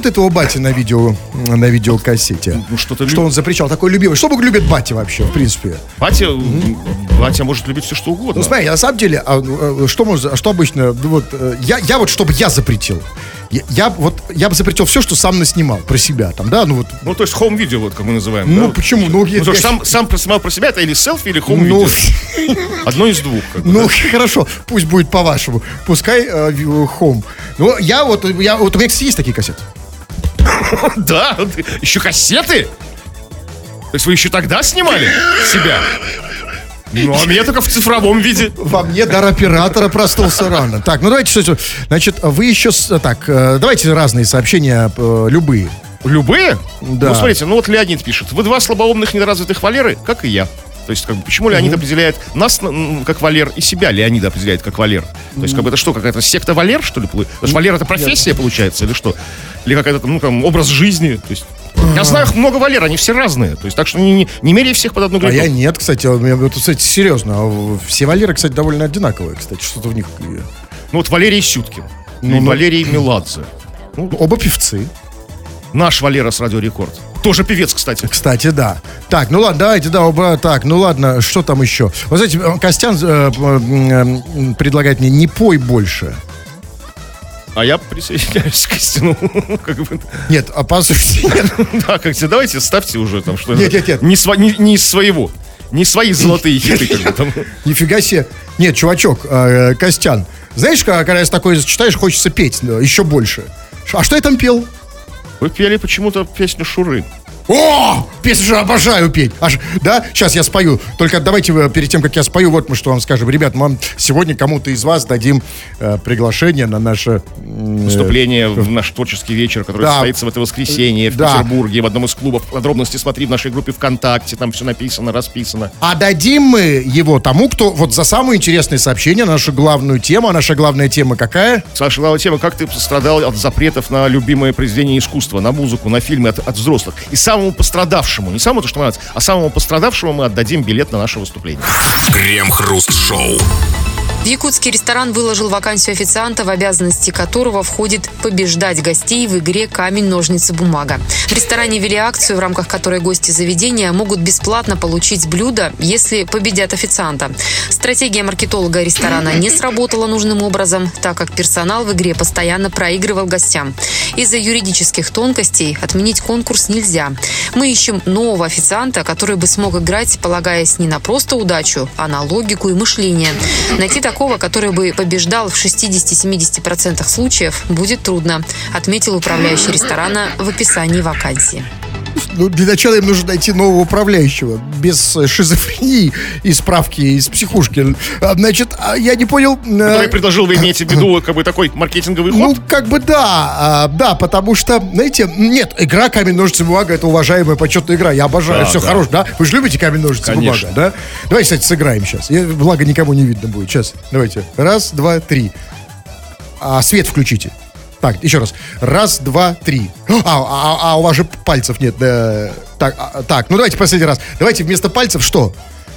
этого бати на видео, на видеокассете? Ну, что-то Что люб- он запрещал, такой любимый. Что любит батя вообще, в принципе? Батя, батя может любить все, что угодно. Ну, смотри, на самом деле, а, а, что, можно, что обычно, вот, э, я, я вот, чтобы я запретил, я, я вот, я бы запретил все, что сам наснимал про себя, там, да, ну вот. Ну, то есть хоум-видео, вот как мы называем. Ну, да? почему? Ну, я- Ну, то есть я- сам, сам проснимал про себя, это или селфи, или Ну, хоум-видео. Одно из двух. Как бы, ну, да. хорошо, пусть будет по-вашему, пускай э, ви- хом. Ну, я вот, я, вот у меня, кстати, есть такие кассеты. Да, вот еще кассеты? То есть вы еще тогда снимали себя? Ну, а меня только в цифровом виде. Во мне дар оператора проснулся рано. Так, ну давайте, что значит, вы еще, с- так, э, давайте разные сообщения, э, любые. Любые? Да. Ну, смотрите, ну вот Леонид пишет. Вы два слабоумных недоразвитых Валеры, как и я. То есть, как бы, почему Леонид определяет нас м, как Валер, и себя Леонид определяет как Валер? То есть, как бы, это что, какая-то секта Валер, что ли? Потому что Валер — это профессия, получается, или что? Или какая-то, там, ну, там, образ жизни? То есть, я знаю много Валер, они все разные. То есть, так что не, не, не меряй всех под одну А гребенку. я нет, кстати, у меня, вот, кстати, серьезно. а Все Валеры, кстати, довольно одинаковые, кстати, что-то в них. э, Ну, вот Валерий Сюткин. Ну, и ну. Валерий Меладзе. Оба певцы. Наш Валера с Радио Рекорд. Тоже певец, кстати. Кстати, да. Так, ну ладно, давайте, да, оба, так, ну ладно, что там еще? Вы знаете, э, Костян э, э, предлагает мне «не пой больше». А я присоединяюсь к Костяну. Как бы. Нет, а послушайте, нет. Да, как давайте ставьте уже там что Нет, нет, нет. Не, сва- не- не из своего. Не свои золотые хиты. Как бы, там. Нифига себе. Нет, чувачок, э, Костян, знаешь, когда когда такое читаешь, хочется петь э, еще больше. Ш- А что я там пел? Вы пели почему-то песню Шуры. О, песню же обожаю петь. Аж, да, сейчас я спою. Только давайте э, перед тем, как я спою, вот мы что вам скажем. Ребят, мы вам сегодня кому-то из вас дадим э, приглашение на наше... м, Выступление в наш творческий вечер, который Да. состоится в это воскресенье в Да. Петербурге, в одном из клубов. Подробности смотри в нашей группе ВКонтакте, там все написано, расписано. А дадим мы его тому, кто вот за самое интересное сообщение, нашу главную тему. А наша главная тема какая? Саша, главная тема, как ты пострадал от запретов на любимые произведения искусства, на музыку, на фильмы от, от взрослых. И самому пострадавшему, не самому то, что нравится, а самому пострадавшему мы отдадим билет на наше выступление. Крем-хруст-шоу. В Якутске ресторан выложил вакансию официанта, в обязанности которого входит побеждать гостей в игре «Камень, ножницы, бумага». В ресторане вели акцию, в рамках которой гости заведения могут бесплатно получить блюдо, если победят официанта. Стратегия маркетолога ресторана не сработала нужным образом, так как персонал в игре постоянно проигрывал гостям. Из-за юридических тонкостей отменить конкурс нельзя. Мы ищем нового официанта, который бы смог играть, полагаясь не на просто удачу, а на логику и мышление. Найти такого, который бы побеждал в шестьдесят-семьдесят процентов случаев, будет трудно, отметил управляющий ресторана в описании вакансии. Ну, для начала им нужно найти нового управляющего. Без э, шизофрении и справки из психушки. А, значит, а, я не понял... э, Который предложил, вы имеете в виду, как бы такой маркетинговый Ну, ход? как бы да, а, да, потому что, знаете, нет, игра камень, ножницы, бумага — это уважаемая, почетная игра, я обожаю, Да, все да. хорош, да? Вы же любите камень, ножницы, Конечно. бумага, да? Давайте, кстати, сыграем сейчас, Я- благо никому не видно будет, сейчас, давайте, раз, два, три, а, свет включите. Так, еще раз. Раз, два, три. А, а, а у вас же пальцев нет. Да. Так, а, так, ну давайте последний раз. Давайте вместо пальцев что?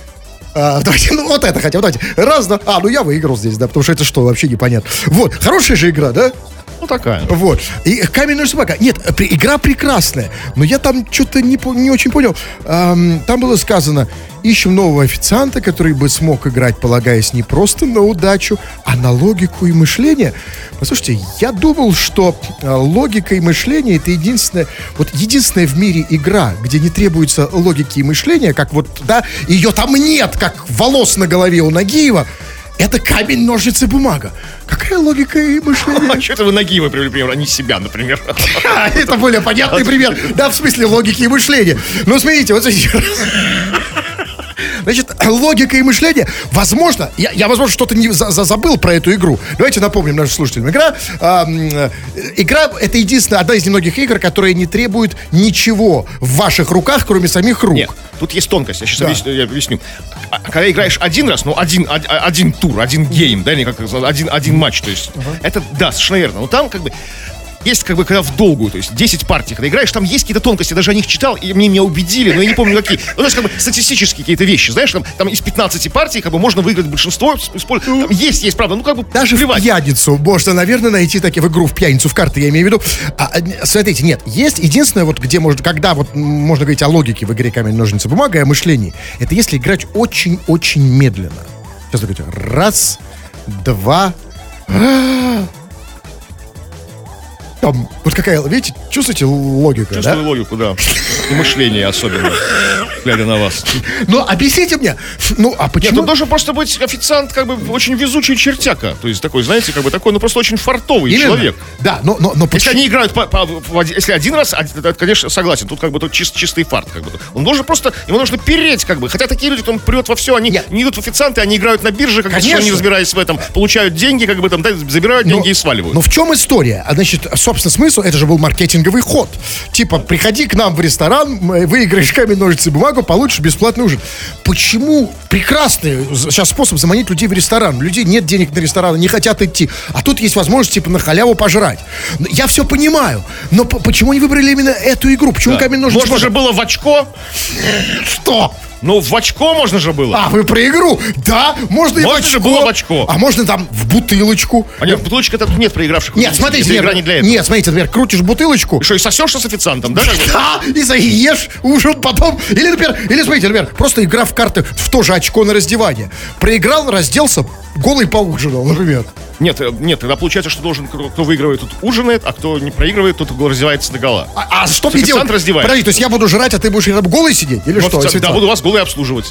А, давайте, ну вот это хотя бы, давайте. Раз, два. А, ну я выиграл здесь, да, потому что это что, вообще непонятно. Вот, хорошая же игра, да? Ну, такая. Вот. И камень, ножницы, бумага. Нет, при- игра прекрасная. Но я там что-то не, по- не очень понял. Ам, там было сказано: ищем нового официанта, который бы смог играть, полагаясь не просто на удачу, а на логику и мышление. Послушайте, я думал, что а, логика и мышление — это единственная, вот единственная в мире игра, где не требуется логики и мышления, как вот, да, ее там нет, как волос на голове у Нагиева. Это камень, ножницы, бумага. Какая логика и мышление? А что это вы Нагиева привели, например, а не себя, например? А, это более понятный пример. Да, в смысле логики и мышления. Ну, смотрите, вот смотрите. Значит, логика и мышление, возможно, я, я возможно, что-то не за- за- забыл про эту игру. Давайте напомним нашим слушателям. Игра, а, м, э, игра — это единственная, одна из немногих игр, которая не требует ничего в ваших руках, кроме самих рук. Нет, тут есть тонкость, я сейчас Да. объясню, я объясню. А когда играешь один раз, ну, один, од- один тур, один гейм, да, не как один, один матч, то есть, это, да, совершенно верно. Но там, как бы, есть как бы когда в долгую, то есть десять партий, когда играешь, там есть какие-то тонкости, даже о них читал, и мне меня убедили, но я не помню какие. Ну, то есть как бы статистические какие-то вещи, знаешь, там, там из пятнадцати партий как бы можно выиграть большинство, там есть, есть, правда, ну как бы даже плевать. В пьяницу можно, наверное, найти такие, в игру в пьяницу, в карты, я имею в виду. А, смотрите, нет, есть единственное, вот где можно, когда вот можно говорить о логике в игре камень, ножницы, бумага, и о мышлении, это если играть очень-очень медленно. Сейчас такой, раз, два, там, вот какая, видите, чувствуете логику, Чувствую да? логику, да. И мышление особенно, глядя на вас. Ну, объясните мне, ну, а почему? Нет, он должен просто быть официант, как бы, очень везучий чертяка. То есть такой, знаете, как бы такой, ну, просто очень фартовый Именно. человек. Да, но, но, но Если почему? они играют, по, по, по- если один раз, а, это, конечно, согласен, тут как бы тут чис- чистый фарт, как бы. Он должен просто, ему нужно переть, как бы. Хотя такие люди, кто прет во все, они Нет. не идут в официанты, они играют на бирже, как бы, Конечно. не разбираясь в этом, получают деньги, как бы там, да, забирают деньги и сваливают. Но в чем история? А, значит, собственно, смысл, это же был маркетинговый ход. Типа, приходи к нам в ресторан, м, выиграешь камень, ножницы, бумагу, получишь бесплатный ужин. Почему? Прекрасный сейчас способ заманить людей в ресторан. У людей нет денег на ресторан, не хотят идти. А тут есть возможность, типа, на халяву пожрать. Ну, я все понимаю. Но по- почему они выбрали именно эту игру? Почему Да. камень, ножницы, Можно же бумага? было в очко. Что? Ну, в очко можно же было. А, вы про игру? Да, можно и в Можно очко. же было в очко. А можно там в бутылочку. А нет, бутылочка это нет проигравших. Нет, смотрите, это нет, игра не для этого. нет, смотрите, например, крутишь бутылочку. И что, и сосешься с официантом, да? как бы? Да, и заешь ужин потом. Или, например, или, смотрите, например, просто игра в карты в то же очко на раздевание. Проиграл, разделся, голый поужинал, например. Нет, э, нет, тогда получается, что должен, кто кто выигрывает, тот ужинает, а кто не проигрывает, тот раздевается догола. А, а что То ты есть делаешь? официант раздевает. Подожди, то есть я буду жрать, а ты будешь там голый сидеть? Или Ну, что? официант- да, официант? буду вас голые обслуживать.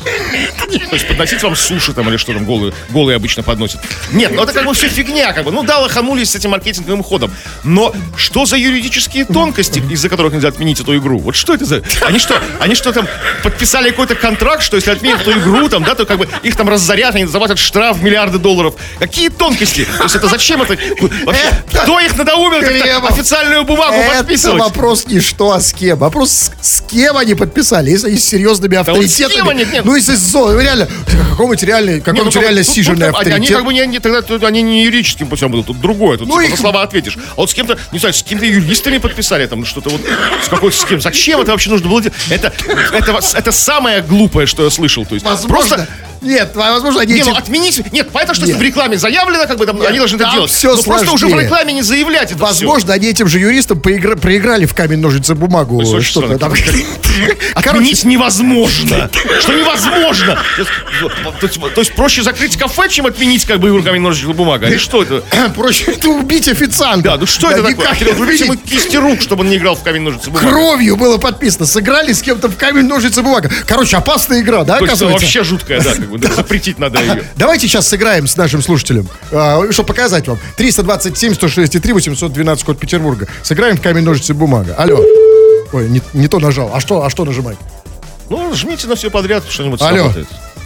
То есть подносить вам суши там или что там голые, голые обычно подносят. Нет, ну это как бы все фигня, как бы. Ну да, лоханулись с этим маркетинговым ходом. Но что за юридические тонкости, из-за которых нельзя отменить эту игру? Вот что это за... Они что, они что там подписали какой-то контракт, что если отменят эту игру, там, да, то как бы их там разорят, они заплатят штраф в миллиарды долларов. Какие тонкости? То есть это зачем это? Вообще, Это кто их надоумил как-то Кремов. официальную бумагу Это подписывать? вопрос не что, а с кем. Вопрос, с, с кем они подписали. Если они с серьезными вот с авторитетами. кем они? Нет. Ну, если с зо- реально, какой-нибудь реально, Не, ну, какой-нибудь как бы, реально тут- сиженный тут, они- авторитет. Они как бы не, не- тогда тут они не юридическим путем будут, тут другое, тут Ну, типа их- за слова ответишь. А вот с кем-то, не знаю, с какими-то юристами подписали там что-то вот, с какой с кем, зачем это вообще нужно было делать? Это, это, это самое глупое, что я слышал. То есть Возможно. просто... Нет, возможно, они Не, ну этим- отменить. Нет, понятно, что Нет. если в рекламе заявлено, как бы там они должны это там делать. всё Но просто уже в сложнее. рекламе не заявлять это Возможно, они этим же юристам поигра- проиграли в камень, ножницы, бумагу. есть очень Что-то там. странно. А, все. Отменить невозможно. Что невозможно. То есть, то есть- то есть проще закрыть кафе, чем отменить как бы игру камень, ножницы, бумага. Или что это? проще это убить официанта. Да, ну что это такое? никак Или не врубите ему убить. кисти рук, чтобы он не играл в камень, ножницы, бумага. Кровью было подписано. Сыграли с кем-то в камень, ножницы, бумага. Короче, опасная игра, да, То есть, оказывается? вообще жуткая, да, как бы, да, запретить надо ее. Давайте сейчас сыграем с нашим слушателем, а, чтобы показать вам. триста двадцать семь сто шестьдесят три восемьсот двенадцать, код Петербурга. Сыграем в камень, ножницы, бумага. Алло. Ой, не, не то нажал. А что, а что нажимать? Ну, жмите на все подряд, что-нибудь Алло. сработает.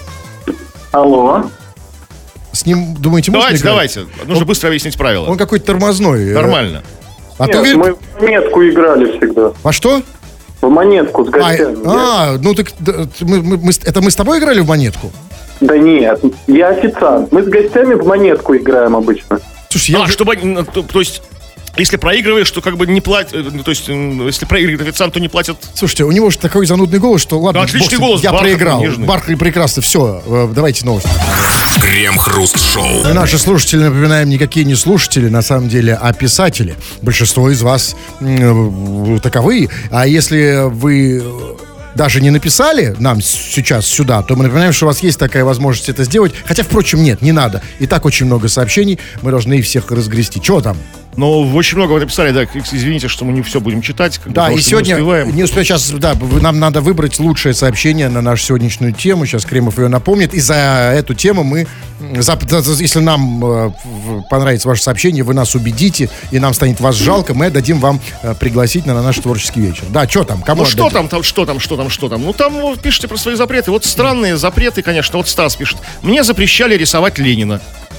Алло. С ним, думаете, можно Давайте, играть? давайте. Нужно быстро выяснить правила. Он какой-то тормозной. Нормально. А ты Нет, уверен? мы в монетку играли всегда. Во что? В монетку с А, гостями. а, ну так да, мы, мы- мы с- это мы с тобой играли в монетку? Да нет, я официант. Мы с гостями в монетку играем обычно. Слушай, я А, уже- чтобы... они, ну, То, то есть, если проигрываешь, то как бы не платят... ну, То есть, м, если проигрывает официант, то не платят... Слушайте, у него же такой занудный голос, что ладно, Да, отличный бог с ним, голос, я бархатный, проиграл. нежный. Бархатный прекрасно, все, э, давайте новости. Крем-хруст-шоу. И наши слушатели, напоминаем, никакие не слушатели, на самом деле, а писатели. Большинство из вас м, э, таковы. А если вы э, даже не написали нам с- сейчас сюда, то мы напоминаем, что у вас есть такая возможность это сделать. Хотя, впрочем, нет, не надо. И так очень много сообщений, мы должны их всех разгрести. Чего там? Но очень много вы написали, да, извините, что мы не все будем читать. как бы, Да, потому и что сегодня, не успеваем. не успею сейчас, да, вы- нам надо выбрать лучшее сообщение на нашу сегодняшнюю тему. Сейчас Кремов ее напомнит. И за эту тему мы, м, за- за- за- если нам э, в- понравится ваше сообщение, вы нас убедите, и нам станет вас жалко, мы дадим вам э, пригласить на наш творческий вечер. Да, что там, кому Ну что отдадим? там, там, что там, что там, что там? Ну там вот, пишите про свои запреты. Вот странные запреты, конечно. Вот Стас пишет. Мне запрещали рисовать Ленина.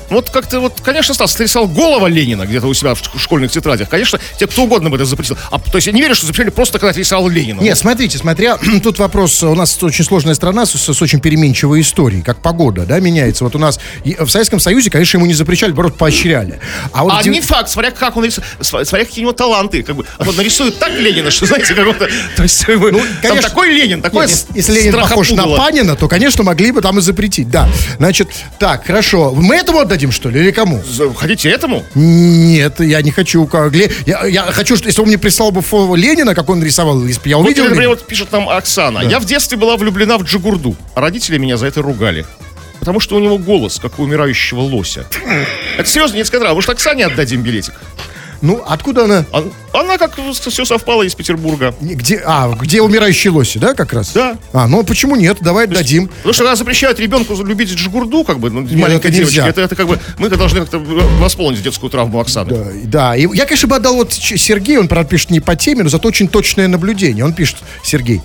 Вот как-то вот, конечно, Стас, ты рисовал голого Ленина где-то у себя в школьных тетрадях. Конечно, тебе кто угодно бы это запретил. А, то есть я не верю, что запрещали просто, когда ты рисовал Ленина. Нет, смотрите, смотря, тут вопрос, у нас очень сложная страна с, с очень переменчивой историей, как погода, да, меняется. Вот у нас и в Советском Союзе, конечно, ему не запрещали, наоборот, поощряли. А, вот А где... не факт, смотря как он рисует, смотря какие у него таланты. Как бы, он нарисует так Ленина, что, знаете, какого-то... То есть, ну, там конечно, такой Ленин, такой Нет, если Ленин похож на Панина, то, конечно, могли бы там и запретить, да. Значит, так, хорошо. Мы этому отдадим, что ли, или кому? Хотите этому? Нет, я не хочу. Как, я, я хочу, что если он мне прислал бы фото Ленина, как он рисовал, если бы я увидел... Вот, например, вот пишет нам Оксана. Да. Я в детстве была влюблена в Джигурду, а родители меня за это ругали. Потому что у него голос, как у умирающего лося. Это серьезно, нет, сказал. Может, Оксане отдадим билетик? Ну, откуда она? Она, она как все совпало из Петербурга. Где, а, где умирающие лоси, да, как раз? Да. А, ну почему нет? Давай отдадим. Потому что она запрещает ребенку любить Джигурду, как бы, ну, Нет, маленькой это девочке. нельзя. Это, это как бы, мы должны как-то восполнить детскую травму Оксаны. Да, да. И я, конечно, бы отдал вот Сергею, он, правда, пишет не по теме, но зато очень точное наблюдение. Он пишет, Сергей,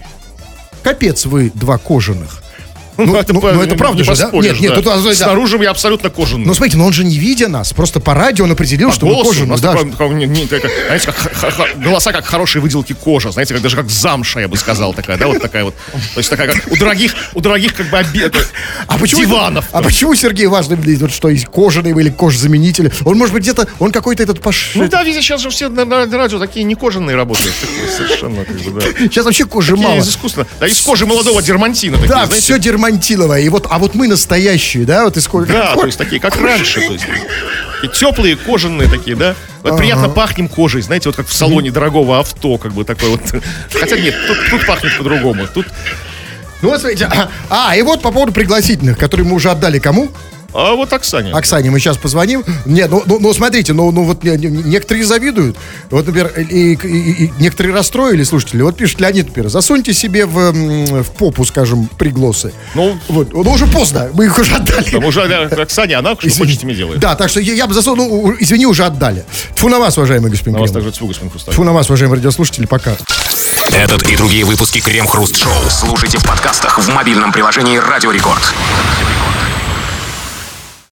капец вы два кожаных. Ну, это, ну, ну, это правда же, да? Нет, нет, да. Тут, да. Снаружи я абсолютно кожаный. Ну, смотрите, но он же не видя нас, просто по радио он определил, по что голосу, мы кожаные. Да, такой, такой, не, не, такой, знаете, как, х, х, голоса как хорошие выделки кожи, знаете, как, даже как замша, я бы сказал, такая, да, вот такая вот. То есть такая, как у дорогих, у дорогих как бы обед, а почему, диванов. А почему Сергею важно, вот, что есть кожаные или кожзаменители? Он, может быть, где-то, он какой-то этот пош... Ну да, видите, сейчас же все на, на радио такие не кожаные работают. Такие, совершенно, как бы, да. Сейчас вообще кожи Такие мало. из искусства. Да, из кожи молодого дермантина. Такие, Да, знаете? все дермантиловое. И вот, а вот мы настоящие, да, вот из кожи. Да, то есть такие, как раньше, то есть и теплые, кожаные такие, да. Вот ага. Приятно пахнем кожей, знаете, вот как в салоне дорогого авто, как бы такой вот. Хотя нет, тут, тут пахнет по-другому. Тут. Ну вот смотрите, а, а, и вот по поводу пригласительных, которые мы уже отдали кому? А вот Оксане. Оксане мы сейчас позвоним. Нет, ну, ну, ну смотрите, ну, ну вот не, не, некоторые завидуют. Вот, например, и, и, и некоторые расстроили слушатели. Вот пишет Леонид, например, засуньте себе в, в попу, скажем, приглосы. Ну, вот, ну уже поздно, мы их уже отдали. Там уже Оксане, она что хочет с ними делает. Да, так что я, я бы засунул, ну, извини, уже отдали. Тьфу на вас, уважаемый господин На вас Кремов. также тьфу, господин Хрусталев. Тьфу на вас, уважаемые радиослушатели, пока. Этот и другие выпуски Крем Хруст Шоу слушайте в подкастах в мобильном приложении Радио Рекорд.